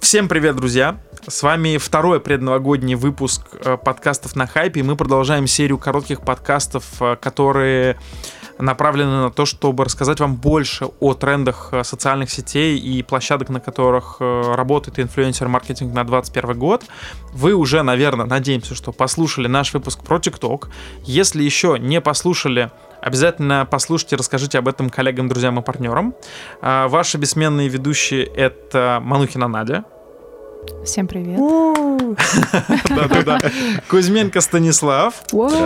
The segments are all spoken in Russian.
Всем привет, друзья! С вами второй предновогодний выпуск подкастов на хайпе. Мы продолжаем серию коротких подкастов, которые направлены на то, чтобы рассказать вам больше о трендах социальных сетей и площадок, на которых работает инфлюенсер-маркетинг на 2021 год. Вы уже, наверное, надеемся, что послушали наш выпуск про TikTok. Если еще не послушали, обязательно послушайте, расскажите об этом коллегам, друзьям и партнерам. Ваши бессменные ведущие — это Манухина Надя. Всем привет. Да-да-да. Кузьменко Станислав.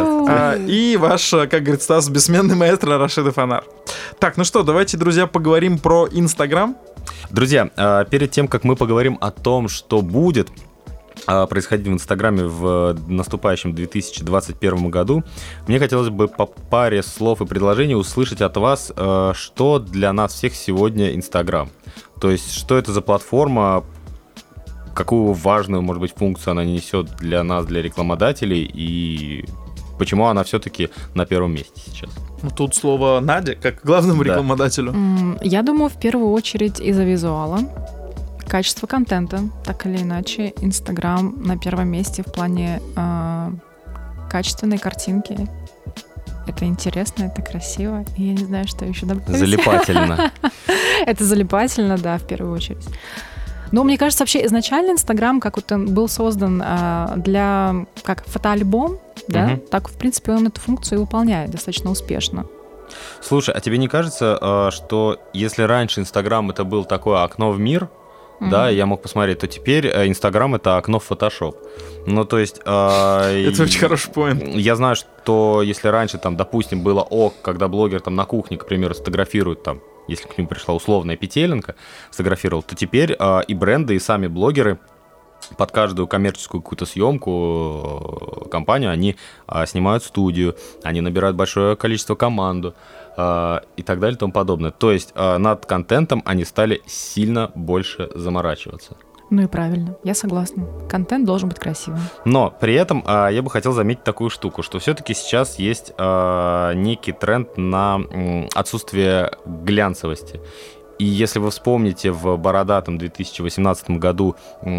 И ваш, как говорит Стас, бессменный маэстро Рашидов Анар. Так, ну что, давайте, друзья, поговорим про Инстаграм. Друзья, перед тем, как мы поговорим о том, что будет происходить в Инстаграме в наступающем 2021 году, мне хотелось бы по паре слов и предложений услышать от вас, что для нас всех сегодня Инстаграм. То есть, что это за платформа, какую важную, может быть, функцию она несет для нас, для рекламодателей, и почему она все-таки на первом месте сейчас? Ну, тут слово Надя, как главному рекламодателю. Я думаю, в первую очередь из-за визуала, качества контента, так или иначе. Инстаграм на первом месте в плане качественной картинки. Это интересно, это красиво. И я не знаю, что еще добавить. Залипательно. Это залипательно, да, в первую очередь. Но мне кажется, вообще изначально Инстаграм, как вот он был создан для как фотоальбом, да, так, в принципе, он эту функцию и выполняет достаточно успешно. Слушай, а тебе не кажется, что если раньше Инстаграм это был такое окно в мир, да, я мог посмотреть, то теперь Инстаграм это окно в Фотошоп. Ну, то есть... Это очень хороший поинт. Я знаю, что если раньше, там, допустим, было ок, когда блогер там на кухне, к примеру, сфотографирует там, если к ним пришла условная петелинка, сфотографировал, то теперь и бренды, и сами блогеры под каждую коммерческую какую-то съемку, компанию, они снимают студию, они набирают большое количество команду и так далее и тому подобное. То есть над контентом они стали сильно больше заморачиваться. Ну и правильно, я согласна. Контент должен быть красивым. Но при этом я бы хотел заметить такую штуку, что все-таки сейчас есть некий тренд на отсутствие глянцевости. И если вы вспомните, в бородатом 2018 году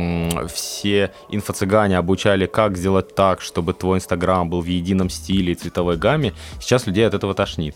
все инфо-цыгане обучали, как сделать так, чтобы твой Инстаграм был в едином стиле и цветовой гамме, сейчас людей от этого тошнит.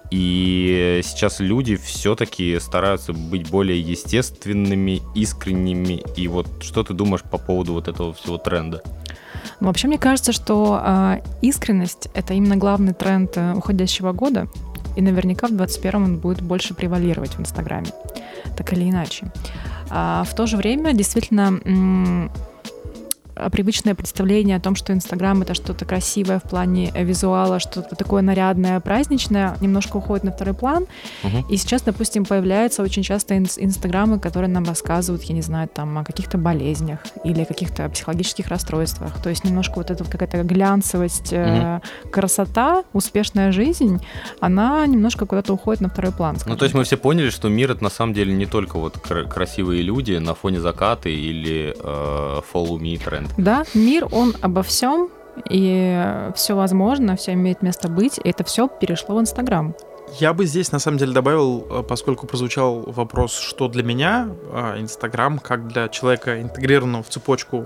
И сейчас люди все-таки стараются быть более естественными, искренними. И вот что ты думаешь по поводу вот этого всего тренда? Ну, вообще, мне кажется, что искренность — это именно главный тренд уходящего года. И наверняка в 2021 он будет больше превалировать в Инстаграме, так или иначе. В то же время, действительно, привычное представление о том, что Инстаграм — это что-то красивое в плане визуала, что-то такое нарядное, праздничное, немножко уходит на второй план. И сейчас, допустим, появляются очень часто инстаграмы, которые нам рассказывают, я не знаю, там, о каких-то болезнях или о каких-то психологических расстройствах. То есть немножко вот эта какая-то глянцевость, красота, успешная жизнь, она немножко куда-то уходит на второй план. Ну, то есть мы все поняли, что мир — это на самом деле не только вот красивые люди на фоне заката или follow me тренд. Да, мир, он обо всем, и все возможно, все имеет место быть, и это все перешло в Инстаграм. Я бы здесь, на самом деле, добавил, поскольку прозвучал вопрос, что для меня Инстаграм, как для человека, интегрированного в цепочку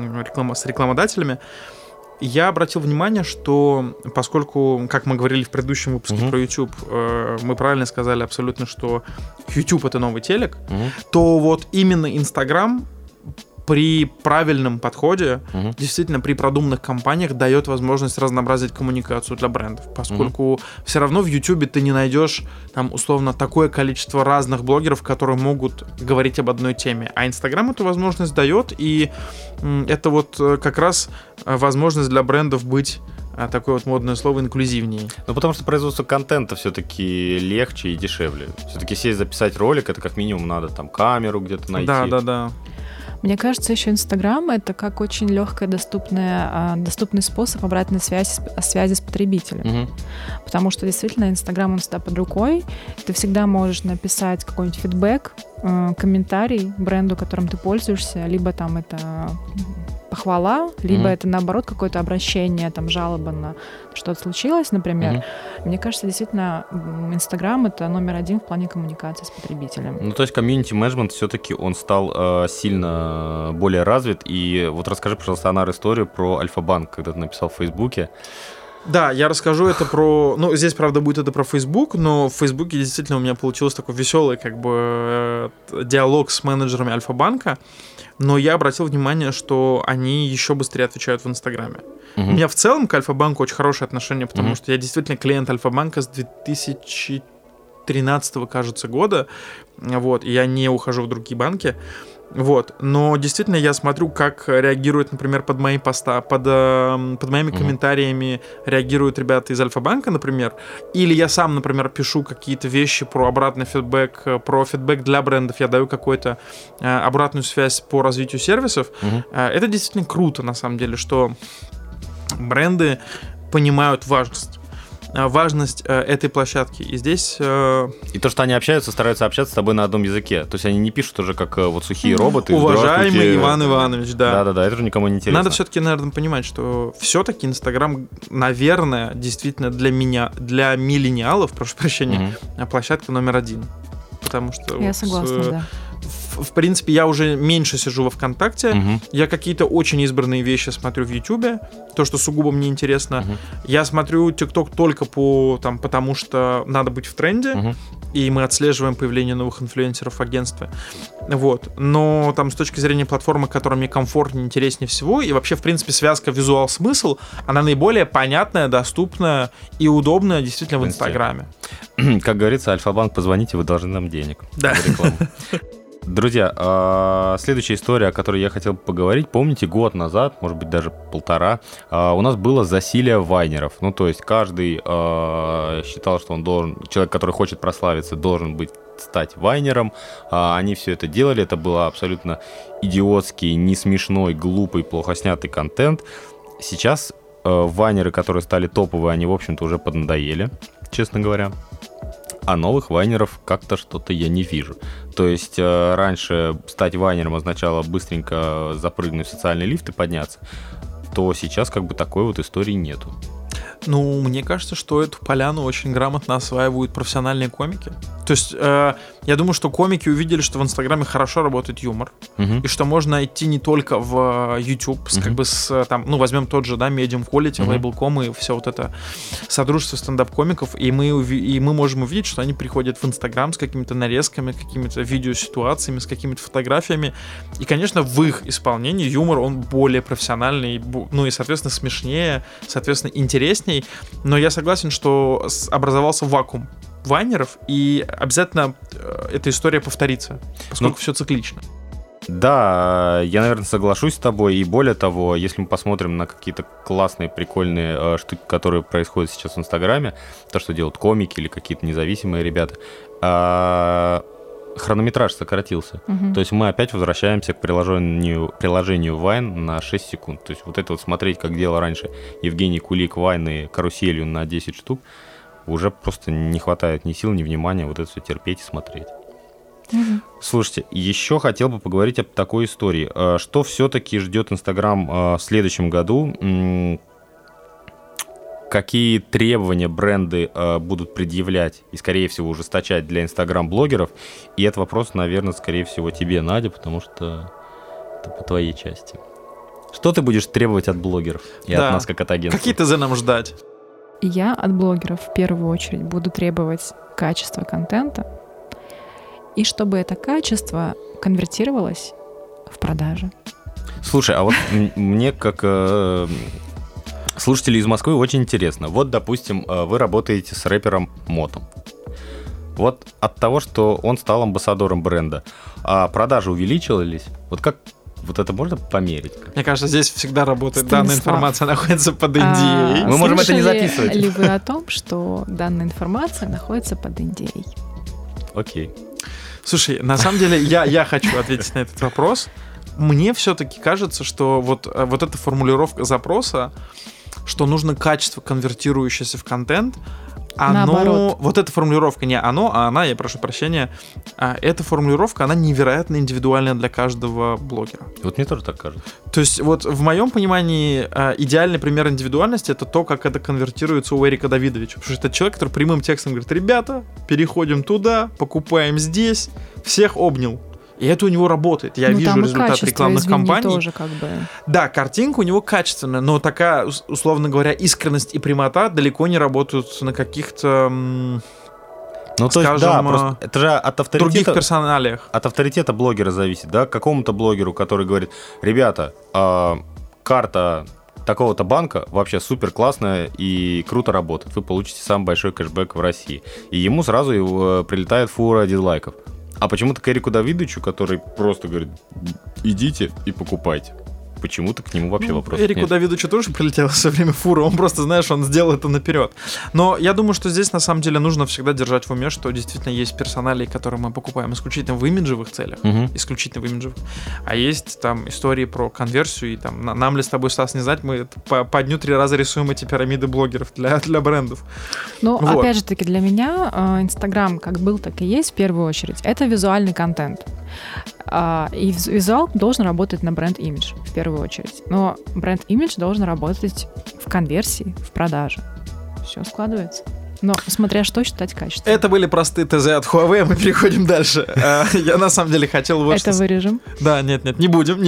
с рекламодателями, я обратил внимание, что поскольку, как мы говорили в предыдущем выпуске про YouTube, мы правильно сказали абсолютно, что YouTube — это новый телек, то вот именно Инстаграм при правильном подходе, действительно при продуманных кампаниях дает возможность разнообразить коммуникацию для брендов, поскольку все равно в YouTube ты не найдешь там условно такое количество разных блогеров, которые могут говорить об одной теме, а Инстаграм эту возможность дает, и это вот как раз возможность для брендов быть, такое вот модное слово, инклюзивнее. Ну, потому что производство контента все-таки легче и дешевле. Все-таки сесть записать ролик, это как минимум надо там камеру где-то найти. Да. Мне кажется, еще Инстаграм — это как очень легкий, доступный способ обратной связи с потребителем. Потому что действительно Инстаграм, он всегда под рукой. Ты всегда можешь написать какой-нибудь фидбэк, комментарий бренду, которым ты пользуешься, либо там это похвала, либо это, наоборот, какое-то обращение, там, жалоба на что-то случилось, например. Мне кажется, действительно, Инстаграм — это номер один в плане коммуникации с потребителем. Ну, то есть комьюнити-менеджмент все-таки он стал сильно более развит. И вот расскажи, пожалуйста, Анар, историю про Альфа-банк, когда ты написал в Фейсбуке. Да, я расскажу это про... Ну, здесь, правда, будет это про Facebook, но в Фейсбуке действительно у меня получился такой веселый как бы диалог с менеджерами Альфа-банка, но я обратил внимание, что они еще быстрее отвечают в Инстаграме. У меня в целом к Альфа-банку очень хорошее отношение, потому что я действительно клиент Альфа-банка с 2013, кажется, года, вот, и я не ухожу в другие банки. Вот, но действительно я смотрю, как реагируют, например, под мои поста, под моими комментариями реагируют ребята из Альфа-банка, например, или я сам, например, пишу какие-то вещи про обратный фидбэк, про фидбэк для брендов, я даю какую-то обратную связь по развитию сервисов. Это действительно круто, на самом деле, что бренды понимают важность этой площадки. И здесь... И то, что они стараются общаться с тобой на одном языке. То есть они не пишут уже как вот сухие роботы. Уважаемый Иван Иванович, да. Да-да-да, это же никому не интересно. Надо все-таки, наверное, понимать, что все-таки Инстаграм, наверное, действительно для миллениалов, прошу прощения, площадка номер один. Потому что... Я согласна, да. В принципе, я уже меньше сижу во ВКонтакте. Я какие-то очень избранные вещи смотрю в Ютубе. То, что сугубо мне интересно. Я смотрю ТикТок только потому, что надо быть в тренде. И мы отслеживаем появление новых инфлюенсеров в агентстве. Вот. Но там с точки зрения платформы, которая мне комфортнее, интереснее всего, и вообще, в принципе, связка визуал-смысл, она наиболее понятная, доступная и удобная действительно в Инстаграме. Как говорится, Альфа-банк, позвоните, вы должны нам денег. Да. Друзья, следующая история, о которой я хотел поговорить. Помните, год назад, может быть, даже полтора, у нас было засилие вайнеров. Ну, то есть каждый считал, что он должен, человек, который хочет прославиться, должен стать вайнером. Они все это делали. Это был абсолютно идиотский, не смешной, глупый, плохо снятый контент. Сейчас вайнеры, которые стали топовые, они, в общем-то, уже поднадоели, честно говоря. А новых вайнеров как-то что-то я не вижу. То есть раньше стать вайнером означало быстренько запрыгнуть в социальный лифт и подняться. То сейчас как бы такой вот истории нету. Ну, мне кажется, что эту поляну очень грамотно осваивают профессиональные комики. То есть, я думаю, что комики увидели, что в Инстаграме хорошо работает юмор, и что можно идти не только в YouTube, возьмем тот же, да, Medium Quality, Label.com и все вот это содружество стендап-комиков, и мы можем увидеть, что они приходят в Инстаграм с какими-то нарезками, какими-то видеоситуациями, с какими-то фотографиями, и, конечно, в их исполнении юмор, он более профессиональный, ну и, соответственно, смешнее, соответственно, интересней, но я согласен, что образовался вакуум вайнеров, и обязательно эта история повторится, поскольку все циклично. Да, я, наверное, соглашусь с тобой, и более того, если мы посмотрим на какие-то классные, прикольные штуки, которые происходят сейчас в Инстаграме, то, что делают комики или какие-то независимые ребята, хронометраж сократился. То есть мы опять возвращаемся к приложению Vine на 6 секунд. То есть вот это вот смотреть, как делал раньше Евгений Кулик Вайны каруселью на 10 штук, уже просто не хватает ни сил, ни внимания вот это все терпеть и смотреть. Слушайте, еще хотел бы поговорить об такой истории. Что все-таки ждет Инстаграм в следующем году? Какие требования бренды будут предъявлять и, скорее всего, ужесточать для Инстаграм-блогеров? И этот вопрос, наверное, скорее всего, тебе, Надя, потому что это по твоей части. Что ты будешь требовать от блогеров и от нас, как от агентства? Какие ТЗ нам ждать? Я от блогеров в первую очередь буду требовать качества контента, и чтобы это качество конвертировалось в продажи. Слушай, а вот мне как слушатели из Москвы очень интересно. Вот, допустим, вы работаете с рэпером Мотом. Вот от того, что он стал амбассадором бренда, а продажи увеличились? Вот как вот это можно померить? Мне кажется, здесь всегда работает. Данная информация находится под NDA. Мы можем это не записывать. Слышали ли вы о том, что данная информация находится под NDA? Окей. Слушай, на самом деле я хочу ответить на этот вопрос. Мне все-таки кажется, что вот эта формулировка запроса, что нужно качество, конвертирующееся в контент, Наоборот. Вот эта формулировка не оно, а она, я прошу прощения, эта формулировка, она невероятно индивидуальная для каждого блогера. Вот мне тоже так кажется. То есть вот в моем понимании идеальный пример индивидуальности — это то, как это конвертируется у Эрика Давидовича. Потому что это человек, который прямым текстом говорит: ребята, переходим туда, покупаем здесь, всех обнял. И это у него работает. Я вижу результат рекламных кампаний. Тоже как бы... Да, картинка у него качественная, но такая, условно говоря, искренность и прямота далеко не работают на каких-то, ну, то скажем, есть, да, просто это же от авторитета, других персоналиях. От авторитета блогера зависит, да, какому-то блогеру, который говорит: ребята, карта такого-то банка вообще супер классная и круто работает, вы получите самый большой кэшбэк в России. И ему сразу прилетает фура дизлайков. А почему-то к Эрику Давидовичу, который просто говорит: идите и покупайте. Почему-то к нему вообще вопросов Эрику нет. Давидовичу тоже прилетело все время фура, он просто, знаешь, он сделал это наперед. Но я думаю, что здесь на самом деле нужно всегда держать в уме, что действительно есть персоналии, которые мы покупаем исключительно в имиджевых целях, исключительно в имиджевых, а есть там истории про конверсию, и там нам ли с тобой, Стас, не знать, мы по дню 3 раза рисуем эти пирамиды блогеров для брендов. Ну, вот. Опять же таки, для меня Инстаграм как был, так и есть в первую очередь. Это визуальный контент. И визуал должен работать на бренд-имидж в первую очередь. Но бренд-имидж должен работать в конверсии, в продаже. Все складывается. Но смотря что считать качеством. Это были простые ТЗ от Huawei, мы переходим дальше. Я на самом деле хотел вот... Это вырежем? Да, нет, не будем.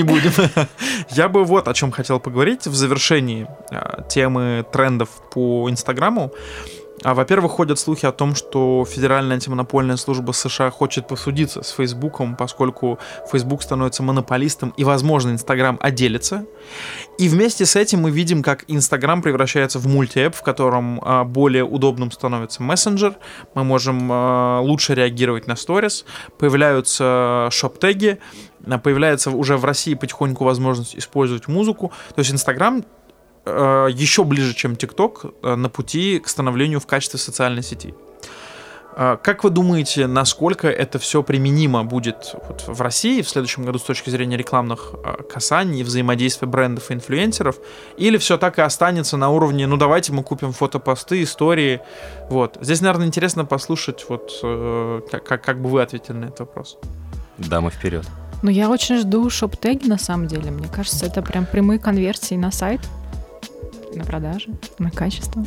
Я бы вот о чем хотел поговорить в завершении темы трендов по Инстаграму. Во-первых, ходят слухи о том, что Федеральная антимонопольная служба США хочет посудиться с Фейсбуком, поскольку Фейсбук становится монополистом и, возможно, Инстаграм отделится. И вместе с этим мы видим, как Инстаграм превращается в мульти-эп, в котором более удобным становится мессенджер, мы можем лучше реагировать на сторис, появляются шоп-теги, появляется уже в России потихоньку возможность использовать музыку. То есть Инстаграм еще ближе, чем TikTok, на пути к становлению в качестве социальной сети. Как вы думаете, насколько это все применимо будет вот в России в следующем году с точки зрения рекламных касаний, взаимодействия брендов и инфлюенсеров? Или все так и останется на уровне: ну давайте мы купим фотопосты, истории? Вот. Здесь, наверное, интересно послушать, вот, как бы вы ответили на этот вопрос. Да, мы вперед. Ну, я очень жду шоп-теги, на самом деле. Мне кажется, это прям прямые конверсии на сайт, на продажи, на качество.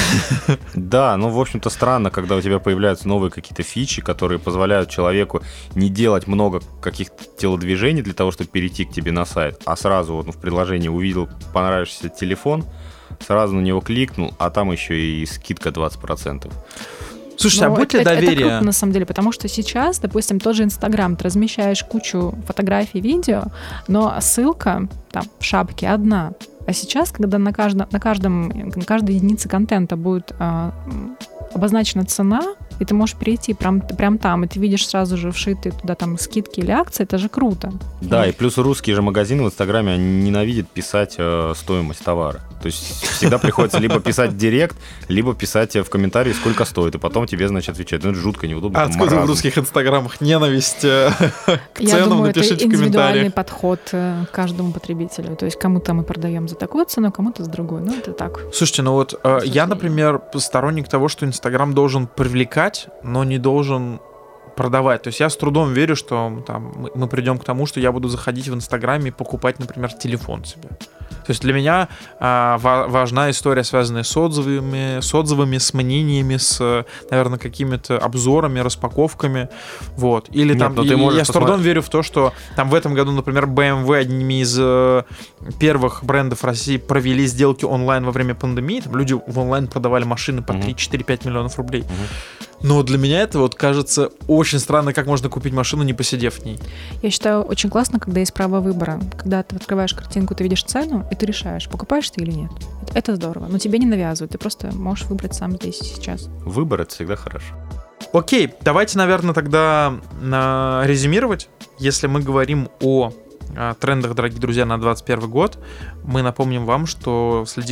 Да, ну, в общем-то, странно, когда у тебя появляются новые какие-то фичи, которые позволяют человеку не делать много каких-то телодвижений для того, чтобы перейти к тебе на сайт, а сразу вот в приложении увидел понравившийся телефон, сразу на него кликнул, а там еще и скидка 20%. Слушайте, а будь ли доверие? Это круто, на самом деле, потому что сейчас, допустим, тот же Инстаграм, ты размещаешь кучу фотографий, видео, но ссылка там в шапке одна. А сейчас, когда на каждой единице контента будет обозначена цена, и ты можешь перейти прям там, и ты видишь сразу же вшитые туда там скидки или акции, это же круто. Да, и плюс русские же магазины в Инстаграме, они ненавидят писать стоимость товара. То есть всегда приходится либо писать в директ, либо писать в комментарии, сколько стоит, и потом тебе, значит, отвечать. Ну, это жутко неудобно. Откуда в русских инстаграмах ненависть к Я ценам? думаю, Напишите это в индивидуальный комментариях. подход к каждому потребителю. То есть кому-то мы продаем за такую цену, кому-то за другую. Ну, это так. Слушайте, ну вот я, например, сторонник того, что Инстаграм должен привлекать, но не должен продавать. То есть я с трудом верю, что там, мы придем к тому, что я буду заходить в Инстаграме и покупать, например, телефон себе. То есть для меня важна история, связанная с отзывами, с мнениями, с, наверное, какими-то обзорами, распаковками. Вот. Или нет, там, я с трудом верю в то, что там в этом году, например, BMW одними из первых брендов России провели сделки онлайн во время пандемии. Там люди в онлайн продавали машины по 3-4-5 миллионов рублей. Но для меня это вот кажется очень странно, как можно купить машину, не посидев в ней. Я считаю, очень классно, когда есть право выбора. Когда ты открываешь картинку, ты видишь цену, и ты решаешь, покупаешь ты или нет. Это здорово. Но тебе не навязывают, ты просто можешь выбрать сам здесь и сейчас. Выбор — это всегда хорошо. Окей, давайте, наверное, тогда резюмировать. Если мы говорим о трендах, дорогие друзья, на 2021 год, мы напомним вам, что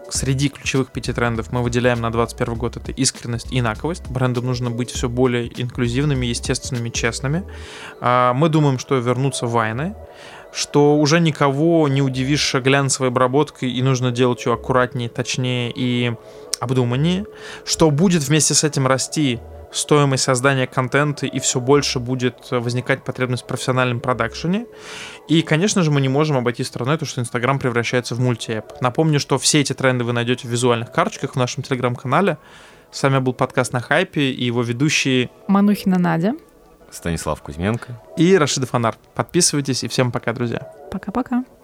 среди ключевых 5 трендов мы выделяем на 2021 год это искренность и инаковость. Брендам нужно быть все более инклюзивными, естественными, честными. Мы думаем, что вернутся вайны, что уже никого не удивишь глянцевой обработкой, и нужно делать ее аккуратнее, точнее и обдуманнее, что будет вместе с этим расти стоимость создания контента, и все больше будет возникать потребность в профессиональном продакшене. И, конечно же, мы не можем обойти стороной то, что Инстаграм превращается в мульти-эп. Напомню, что все эти тренды вы найдете в визуальных карточках в нашем Телеграм-канале. С вами был подкаст «На хайпе» и его ведущие Манухина Надя, Станислав Кузьменко и Рашидов Анар. Подписывайтесь, и всем пока, друзья. Пока-пока.